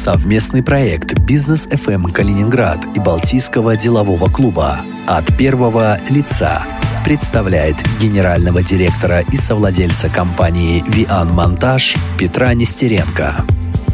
Совместный проект «Бизнес FM Калининград» и Балтийского делового клуба «От первого лица» представляет генерального директора и совладельца компании «Виан Монтаж» Петра Нестеренко.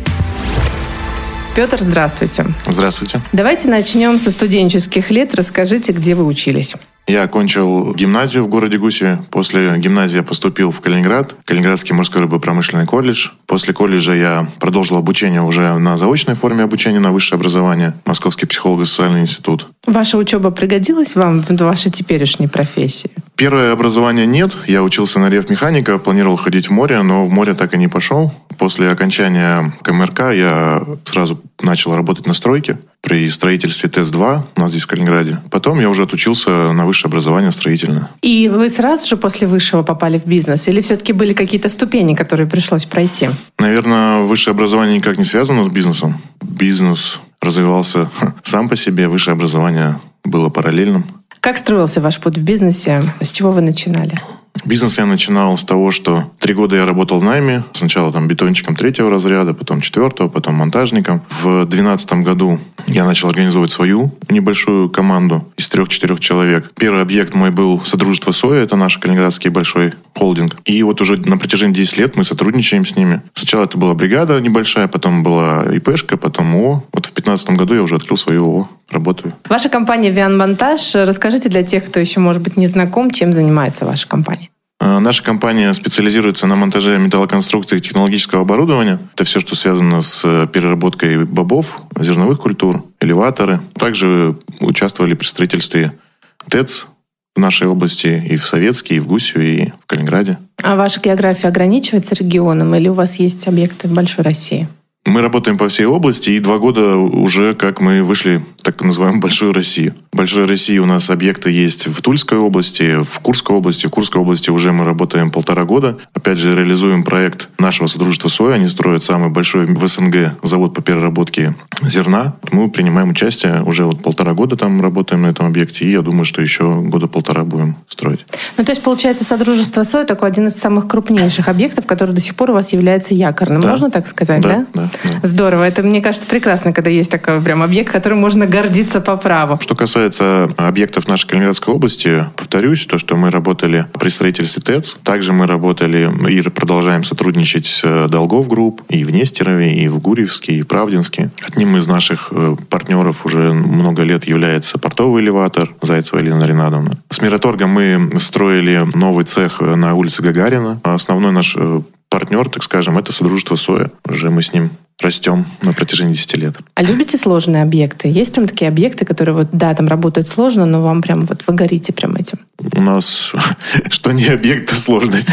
Петр, здравствуйте. Здравствуйте. Давайте начнем со студенческих лет. Расскажите, где вы учились. Я окончил гимназию в городе Гусеве. После гимназии я поступил в Калининград, Калининградский морской рыбопромышленный колледж. После колледжа я продолжил обучение уже на заочной форме обучения на высшее образование, Московский психолого-социальный институт. Ваша учеба пригодилась вам в вашей теперешней профессии? Первое образование нет. Я учился на ревмеханика, планировал ходить в море, но в море так и не пошел. После окончания КМРК я сразу начал работать на стройке при строительстве ТЭЦ-2 у нас здесь в Калининграде. Потом я уже отучился на высшее образование строительное. И вы сразу же после высшего попали в бизнес? Или все-таки были какие-то ступени, которые пришлось пройти? Наверное, высшее образование никак не связано с бизнесом. Бизнес развивался сам по себе, высшее образование было параллельным. Как строился ваш путь в бизнесе? С чего вы начинали? Бизнес я начинал с того, что 3 года я работал в найме. Сначала бетонщиком 3-го разряда, потом 4-го, потом монтажником. В 2012 году я начал организовывать свою небольшую команду из 3-4 человек. Первый объект мой был Содружество СОЯ, это наш калининградский большой холдинг. И вот уже на протяжении 10 лет мы сотрудничаем с ними. Сначала это была бригада небольшая, потом была ИПшка, потом ООО. Вот в 2015 году я уже открыл свою ООО. Работаю. Ваша компания «Виан Монтаж». Расскажите для тех, кто еще, может быть, не знаком, чем занимается ваша компания. Наша компания специализируется на монтаже металлоконструкций и технологического оборудования. Это все, что связано с переработкой бобов, зерновых культур, элеваторы. Также участвовали при строительстве ТЭЦ в нашей области и в Советске, и в Гусеве, и в Калининграде. А ваша география ограничивается регионом или у вас есть объекты в большой России? Мы работаем по всей области, и 2 года уже как мы вышли, так называемую, Большую Россию. В Большой России у нас объекты есть в Тульской области, в Курской области. В Курской области уже мы работаем 1,5 года. Опять же, реализуем проект нашего Содружества СОЯ. Они строят самый большой в СНГ завод по переработке зерна. Мы принимаем участие, уже 1,5 года там работаем на этом объекте, и я думаю, что еще 1,5 года будем строить. То есть, получается, Содружество СОЯ такой один из самых крупнейших объектов, который до сих пор у вас является якорным. Да. Можно так сказать, да? Да. Здорово. Это, мне кажется, прекрасно, когда есть такой прям объект, которым можно гордиться по праву. Что касается объектов нашей Калининградской области, повторюсь, то, что мы работали при строительстве ТЭЦ. Также мы работали и продолжаем сотрудничать с Долгов Групп и в Нестерове, и в Гурьевске, и в Правдинске. Одним из наших партнеров уже много лет является портовый элеватор Зайцева Елена Ринадовна. С Мираторгом мы строили новый цех на улице Гагарина. Основной наш партнер, так скажем, это Содружество СОЯ. Уже мы с ним растем на протяжении 10 лет. А любите сложные объекты? Есть прям такие объекты, которые там работают сложно, но вам прям вы горите прям этим? У нас что не объект, то сложность.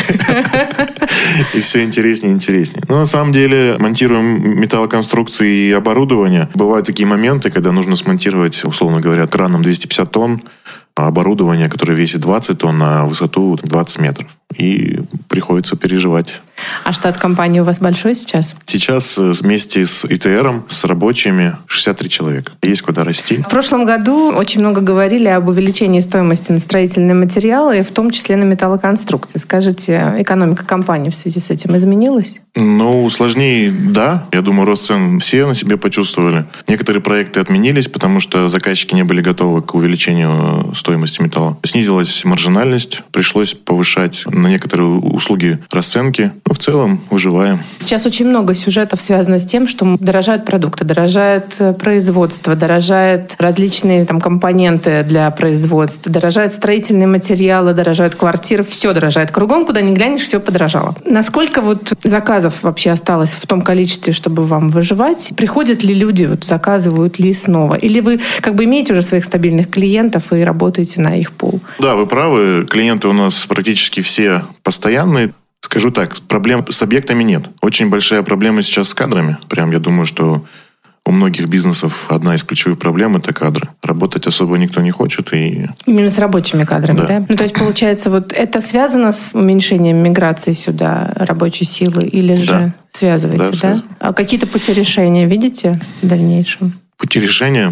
И все интереснее и интереснее. Но на самом деле монтируем металлоконструкции и оборудование. Бывают такие моменты, когда нужно смонтировать, условно говоря, краном 250 тонн, оборудование, которое весит 20 тонн на высоту 20 метров. И приходится переживать. А штат компании у вас большой сейчас? Сейчас вместе с ИТРом, с рабочими 63 человека. Есть куда расти. В прошлом году очень много говорили об увеличении стоимости на строительные материалы, в том числе на металлоконструкции. Скажите, экономика компании в связи с этим изменилась? Сложнее, да. Я думаю, рост цен все на себе почувствовали. Некоторые проекты отменились, потому что заказчики не были готовы к увеличению стоимости металла. Снизилась маржинальность, пришлось повышать на некоторые услуги расценки. Но в целом выживаем. Сейчас очень много сюжетов связано с тем, что дорожают продукты, дорожает производство, дорожают различные компоненты для производства, дорожают строительные материалы, дорожают квартиры. Все дорожает кругом, куда ни глянешь, все подорожало. Насколько заказов вообще осталось в том количестве, чтобы вам выживать? Приходят ли люди, заказывают ли снова? Или вы имеете уже своих стабильных клиентов и работаете на их пул? Да, вы правы. Клиенты у нас практически все постоянные. Скажу так, проблем с объектами нет. Очень большая проблема сейчас с кадрами. Я думаю, что у многих бизнесов одна из ключевых проблем – это кадры. Работать особо никто не хочет. Именно с рабочими кадрами, да? То есть, получается, это связано с уменьшением миграции сюда рабочей силы или же связываете, да? А какие-то пути решения видите в дальнейшем? Пути решения?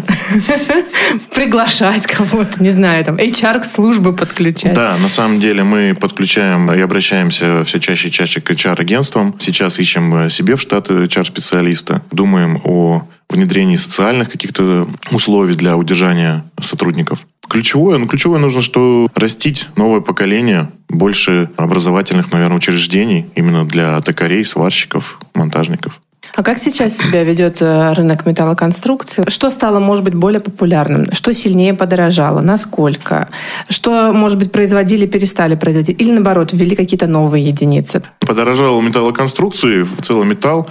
Приглашать кого-то, не знаю, там, HR-службы подключать. Да, на самом деле мы подключаем и обращаемся все чаще и чаще к HR-агентствам. Сейчас ищем себе в штат HR-специалиста. Думаем о внедрении социальных каких-то условий для удержания сотрудников. Ключевое нужно, что растить новое поколение, больше образовательных, наверное, учреждений именно для токарей, сварщиков, монтажников. А как сейчас себя ведет рынок металлоконструкции? Что стало, может быть, более популярным? Что сильнее подорожало? Насколько? Что, может быть, производили, перестали производить? Или, наоборот, ввели какие-то новые единицы? Подорожал металлоконструкции, в целом металл,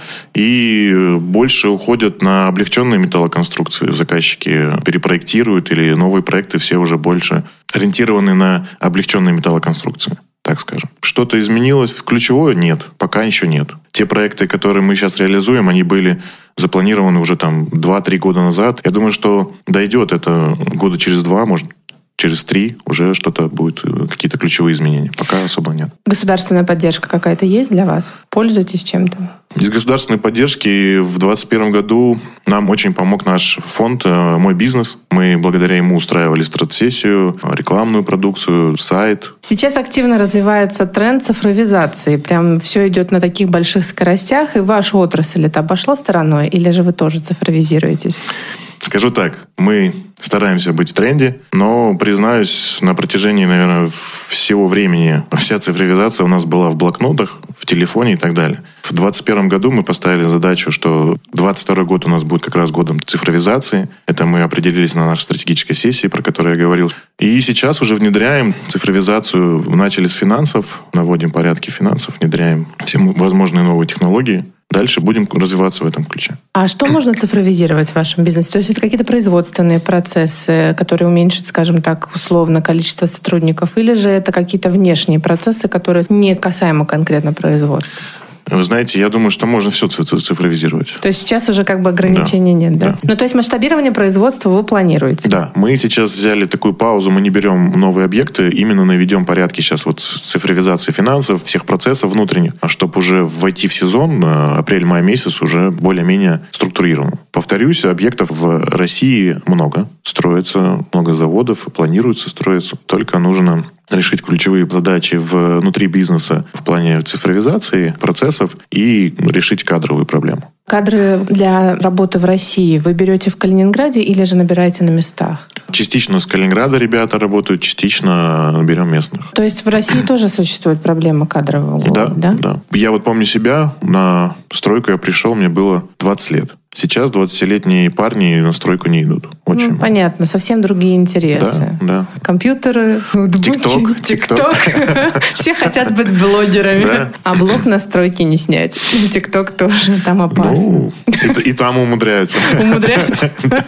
и больше уходят на облегченные металлоконструкции. Заказчики перепроектируют, или новые проекты все уже больше ориентированы на облегченные металлоконструкции, так скажем. Что-то изменилось? Ключевое? Нет. Пока еще нет. Те проекты, которые мы сейчас реализуем, они были запланированы уже 2-3 года назад. Я думаю, что дойдет это года через 2, может, через 3 уже что-то будет, какие-то ключевые изменения. Пока особо нет. Государственная поддержка какая-то есть для вас? Пользуетесь чем-то? Из государственной поддержки в 2021 году нам очень помог наш фонд «Мой бизнес». Мы благодаря ему устраивали стратсессию, рекламную продукцию, сайт. Сейчас активно развивается тренд цифровизации. Прям все идет на таких больших скоростях. И ваша отрасль это обошла стороной? Или же вы тоже цифровизируетесь? Скажу так, мы стараемся быть в тренде, но, признаюсь, на протяжении, наверное, всего времени вся цифровизация у нас была в блокнотах, в телефоне и так далее. В 2021 году мы поставили задачу, что 2022 год у нас будет как раз годом цифровизации. Это мы определились на нашей стратегической сессии, про которую я говорил. И сейчас уже внедряем цифровизацию. Начали с финансов, наводим порядки финансов, внедряем все возможные новые технологии. Дальше будем развиваться в этом ключе. А что можно цифровизировать в вашем бизнесе? То есть это какие-то производственные процессы, которые уменьшат, скажем так, условно количество сотрудников, или же это какие-то внешние процессы, которые не касаемо конкретно производства? Вы знаете, я думаю, что можно все цифровизировать. То есть сейчас уже ограничений нет, да? Ну, то есть масштабирование производства вы планируете? Да, мы сейчас взяли такую паузу, мы не берем новые объекты, именно наведем порядки сейчас с цифровизацией финансов, всех процессов внутренних, чтобы уже войти в сезон, апрель-май месяц, уже более-менее структурирован. Повторюсь, объектов в России много, строится много заводов, планируется строиться, только нужно решить ключевые задачи внутри бизнеса в плане цифровизации процессов и решить кадровую проблему. Кадры для работы в России вы берете в Калининграде или же набираете на местах? Частично с Калининграда ребята работают, частично берем местных. То есть в России тоже существует проблема кадрового голода, да? Да. Я помню себя, на стройку я пришел, мне было 20 лет. Сейчас 20-летние парни на стройку не идут. Очень. Понятно, совсем другие интересы. Да. Компьютеры, ноутбуки, ТикТок. Все хотят быть блогерами. А блог на стройке не снять. ТикТок тоже, там опасно. И там умудряются. Умудряются?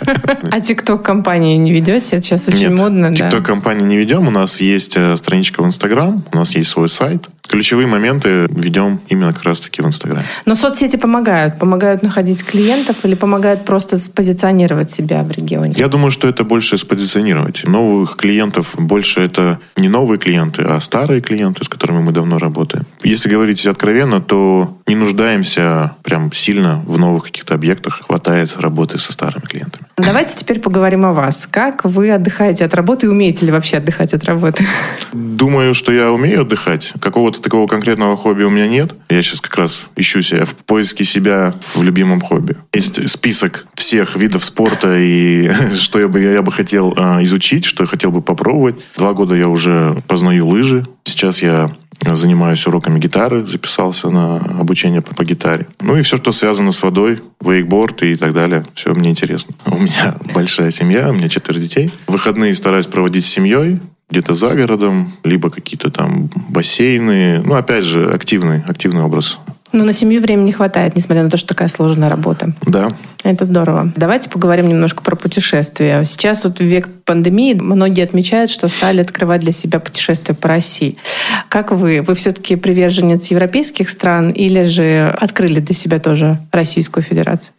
А ТикТок-компании не ведете? Это сейчас очень модно. Нет, ТикТок-компании не ведем. У нас есть страничка в Инстаграм, у нас есть свой сайт. Ключевые моменты ведем именно как раз-таки в Инстаграме. Но соцсети помогают? Помогают находить клиентов или помогают просто спозиционировать себя в регионе? Я думаю, что это больше спозиционировать. Новых клиентов больше это не новые клиенты, а старые клиенты, с которыми мы давно работаем. Если говорить откровенно, то не нуждаемся прям сильно в новых каких-то объектах. Хватает работы со старыми клиентами. Давайте теперь поговорим о вас. Как вы отдыхаете от работы и умеете ли вообще отдыхать от работы? Думаю, что я умею отдыхать. Какого-то такого конкретного хобби у меня нет. Я сейчас как раз ищу себя в поиске себя в любимом хобби. Есть список всех видов спорта и что я бы хотел изучить, что я хотел бы попробовать. 2 года я уже познаю лыжи. Сейчас я занимаюсь уроками гитары, записался на обучение по гитаре. Ну и все, что связано с водой, вейкборд и так далее. Все мне интересно. У меня большая семья, у меня 4 детей. Выходные стараюсь проводить с семьей, где-то за городом, либо какие-то там бассейны. Ну, опять же, активный образ. Но на семью времени хватает, несмотря на то, что такая сложная работа. Да. Это здорово. Давайте поговорим немножко про путешествия. Сейчас в век пандемии многие отмечают, что стали открывать для себя путешествия по России. Как вы? Вы все-таки приверженец европейских стран или же открыли для себя тоже Российскую Федерацию?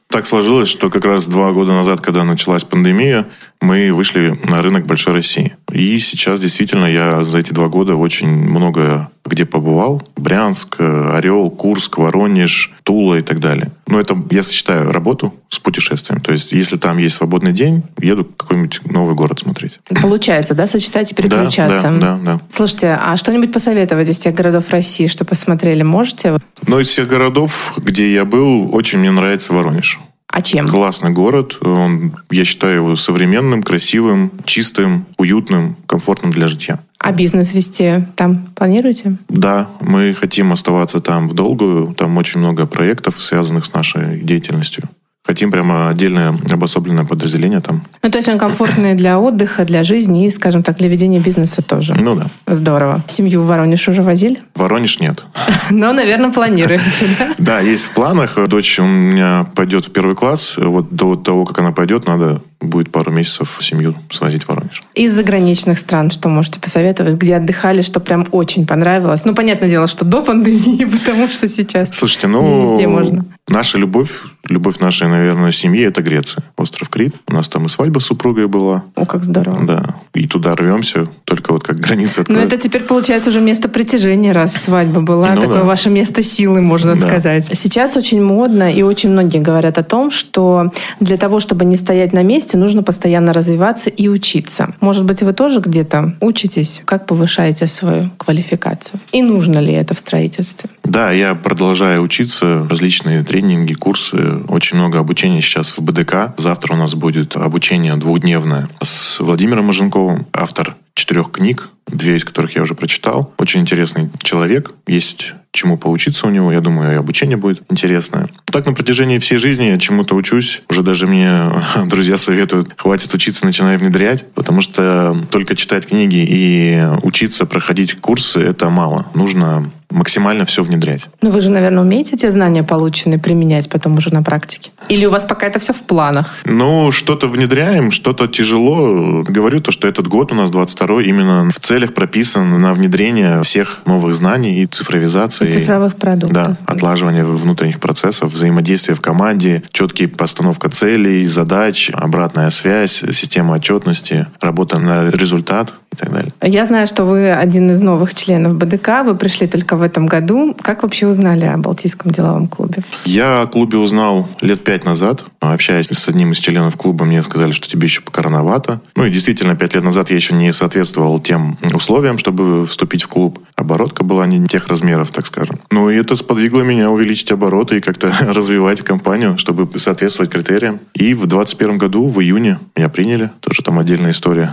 Так сложилось, что как раз 2 года назад, когда началась пандемия, мы вышли на рынок большой России. И сейчас действительно я за эти 2 года очень много где побывал. Брянск, Орел, Курск, Воронеж, Тула и так далее. Но это я сочетаю работу с путешествием. То есть, если там есть свободный день, еду в какой-нибудь новый город смотреть. Получается, да, сочетать и переключаться? Да. Слушайте, а что-нибудь посоветовать из тех городов России, что посмотрели, можете? Но из всех городов, где я был, очень мне нравится Воронеж. А чем? Классный город. Я считаю его современным, красивым, чистым, уютным, комфортным для житья. А бизнес вести там планируете? Да, мы хотим оставаться там в долгую. Там очень много проектов, связанных с нашей деятельностью. Хотим прямо отдельное обособленное подразделение там. Ну, то есть он комфортный для отдыха, для жизни и, скажем так, для ведения бизнеса тоже. Ну да. Здорово. Семью в Воронеж уже возили? Воронеж нет. Но, наверное, планируете, да? Да, есть в планах. Дочь у меня пойдет в 1 класс. Вот до того, как она пойдет, надо будет пару месяцев семью свозить в Воронеж. Из заграничных стран что можете посоветовать? Где отдыхали, что прям очень понравилось? Ну, понятное дело, что до пандемии, потому что сейчас слушайте, везде можно. Наша любовь нашей, наверное, семьи – это Греция. Остров Крит. У нас там и свадьба с супругой была. О, как здорово. Да. И туда рвемся, только вот как граница откроют. Ну, это теперь получается уже место притяжения, раз свадьба была. Такое ваше место силы, можно сказать. Сейчас очень модно, и очень многие говорят о том, что для того, чтобы не стоять на месте, нужно постоянно развиваться и учиться. Может быть, вы тоже где-то учитесь? Как повышаете свою квалификацию? И нужно ли это в строительстве? Да, я продолжаю учиться. Различные тренинги, курсы. Очень много обучения сейчас в БДК. Завтра у нас будет обучение 2-дневное с Владимиром Маженковым, автор 4 книг, 2 из которых я уже прочитал. Очень интересный человек. Есть чему поучиться у него. Я думаю, и обучение будет интересное. Так на протяжении всей жизни я чему-то учусь. Уже даже мне друзья советуют, хватит учиться, начинай внедрять. Потому что только читать книги и учиться, проходить курсы, это мало. Нужно максимально все внедрять. Ну, вы же, наверное, умеете те знания, полученные, применять потом уже на практике? Или у вас пока это все в планах? Ну, что-то внедряем, что-то тяжело. Говорю то, что этот год у нас 22-й именно в целях прописан на внедрение всех новых знаний и цифровизации. И цифровых продуктов. Да, отлаживание внутренних процессов, взаимодействие в команде, четкие постановка целей, задач, обратная связь, система отчетности, работа на результат и так далее. Я знаю, что вы один из новых членов БДК, вы пришли только в этом году. Как вообще узнали о Балтийском деловом клубе? Я о клубе узнал лет 5 назад. Общаясь с одним из членов клуба, мне сказали, что тебе еще пока рановато. Ну и действительно, 5 лет назад я еще не соответствовал тем условиям, чтобы вступить в клуб. Оборотка была не тех размеров, так скажем. Ну и это сподвигло меня увеличить обороты и как-то развивать компанию, чтобы соответствовать критериям. И в 2021 году, в июне, меня приняли. Тоже там отдельная история.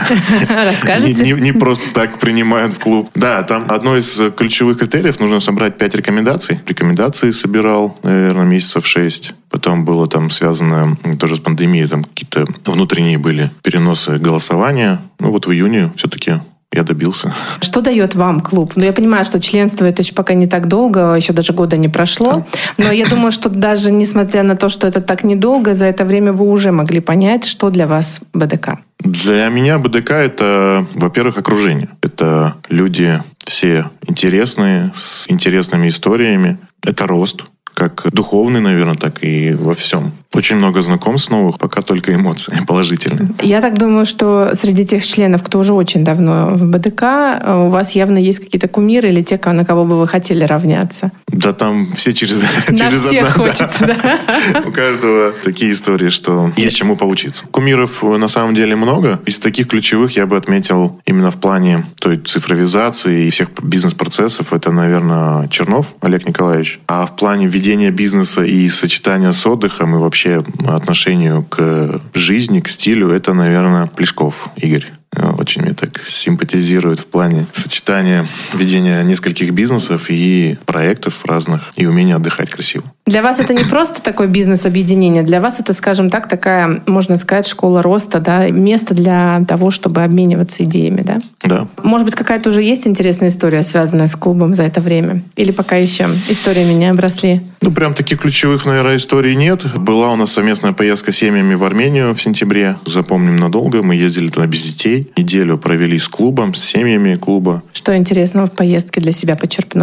Расскажите? Не просто так принимают в клуб. Да, там одно из ключевых критериев, нужно собрать 5 рекомендаций. Рекомендации собирал, наверное, месяцев 6. Потом было там связано тоже с пандемией, там какие-то внутренние были переносы голосования. Ну вот в июне все-таки я добился. Что дает вам клуб? Ну, я понимаю, что членство это еще пока не так долго, еще даже года не прошло. Но я думаю, что даже несмотря на то, что это так недолго, за это время вы уже могли понять, что для вас БДК. Для меня БДК это, во-первых, окружение. Это люди все интересные, с интересными историями. Это рост, как духовный, наверное, так и во всем. Очень много знакомств новых, пока только эмоции положительные. Я так думаю, что среди тех членов, кто уже очень давно в БДК, у вас явно есть какие-то кумиры или те, на кого бы вы хотели равняться. Да там все через на всех хочется, да? У каждого такие истории, что есть чему поучиться. Кумиров на самом деле много. Из таких ключевых я бы отметил именно в плане той цифровизации и всех бизнес-процессов. Это, наверное, Чернов Олег Николаевич. А в плане ведения бизнеса и сочетания с отдыхом и вообще отношению к жизни, к стилю, это, наверное, Плешков Игорь. Очень мне так симпатизирует в плане сочетания ведения нескольких бизнесов и проектов разных, и умения отдыхать красиво. Для вас это не просто такое бизнес-объединение, для вас это, скажем так, такая, можно сказать, школа роста, да, место для того, чтобы обмениваться идеями, да? Да. Может быть, какая-то уже есть интересная история, связанная с клубом за это время? Или пока еще историями не обросли? Ну, прям таких ключевых, наверное, историй нет. Была у нас совместная поездка с семьями в Армению в сентябре. Запомним надолго. Мы ездили туда без детей. Неделю провели с клубом, с семьями клуба. Что интересного в поездке для себя почерпнули?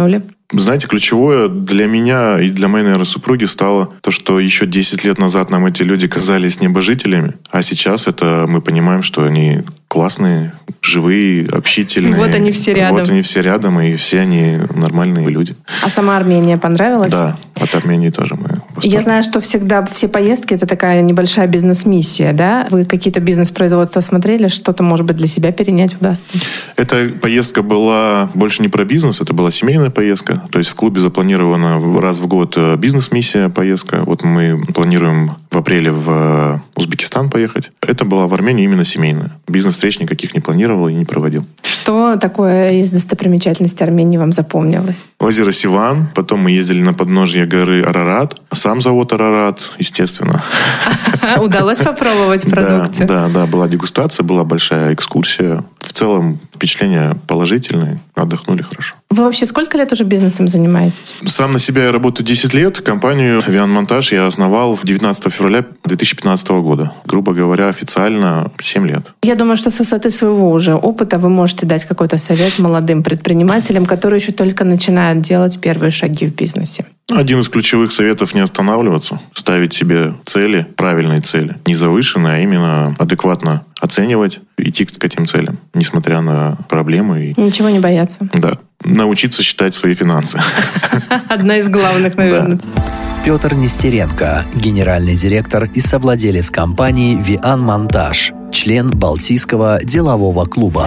Знаете, ключевое для меня и для моей, наверное, супруги стало то, что еще 10 лет назад нам эти люди казались небожителями, а сейчас это мы понимаем, что они классные, живые, общительные. Вот они все рядом. Вот они все рядом, и все они нормальные люди. А сама Армения понравилась? Да, от Армении тоже мы восторжены. Я знаю, что всегда все поездки — это такая небольшая бизнес-миссия, да? Вы какие-то бизнес-производства смотрели? Что-то, может быть, для себя перенять удастся? Эта поездка была больше не про бизнес, это была семейная поездка. То есть в клубе запланирована раз в год бизнес-миссия, поездка. Вот мы планируем в апреле в Узбекистан поехать. Это была в Армении именно семейная. Бизнес-встреч никаких не планировал и не проводил. Что такое из достопримечательностей Армении вам запомнилось? Озеро Сиван. Потом мы ездили на подножье горы Арарат. Сам завод Арарат, естественно. Удалось попробовать продукцию? Да, была дегустация, была большая экскурсия. В целом впечатления положительные, отдохнули хорошо. Вы вообще сколько лет уже бизнесом занимаетесь? Сам на себя я работаю 10 лет. Компанию «Виан Монтаж» я основал 19 февраля 2015 года. Грубо говоря, официально 7 лет. Я думаю, что с высоты своего уже опыта вы можете дать какой-то совет молодым предпринимателям, которые еще только начинают делать первые шаги в бизнесе. Один из ключевых советов — не останавливаться, ставить себе цели, правильные цели. Не завышенные, а именно адекватно оценивать, идти к этим целям, несмотря на проблемы. Ничего не бояться. Да. Научиться считать свои финансы. Одна из главных, наверное. Петр Нестеренко, генеральный директор и совладелец компании «Виан Монтаж», член Балтийского делового клуба.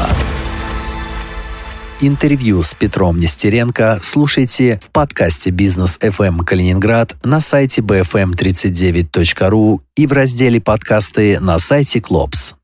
Интервью с Петром Нестеренко слушайте в подкасте «Бизнес FM Калининград» на сайте bfm39.ru и в разделе «Подкасты» на сайте Клопс.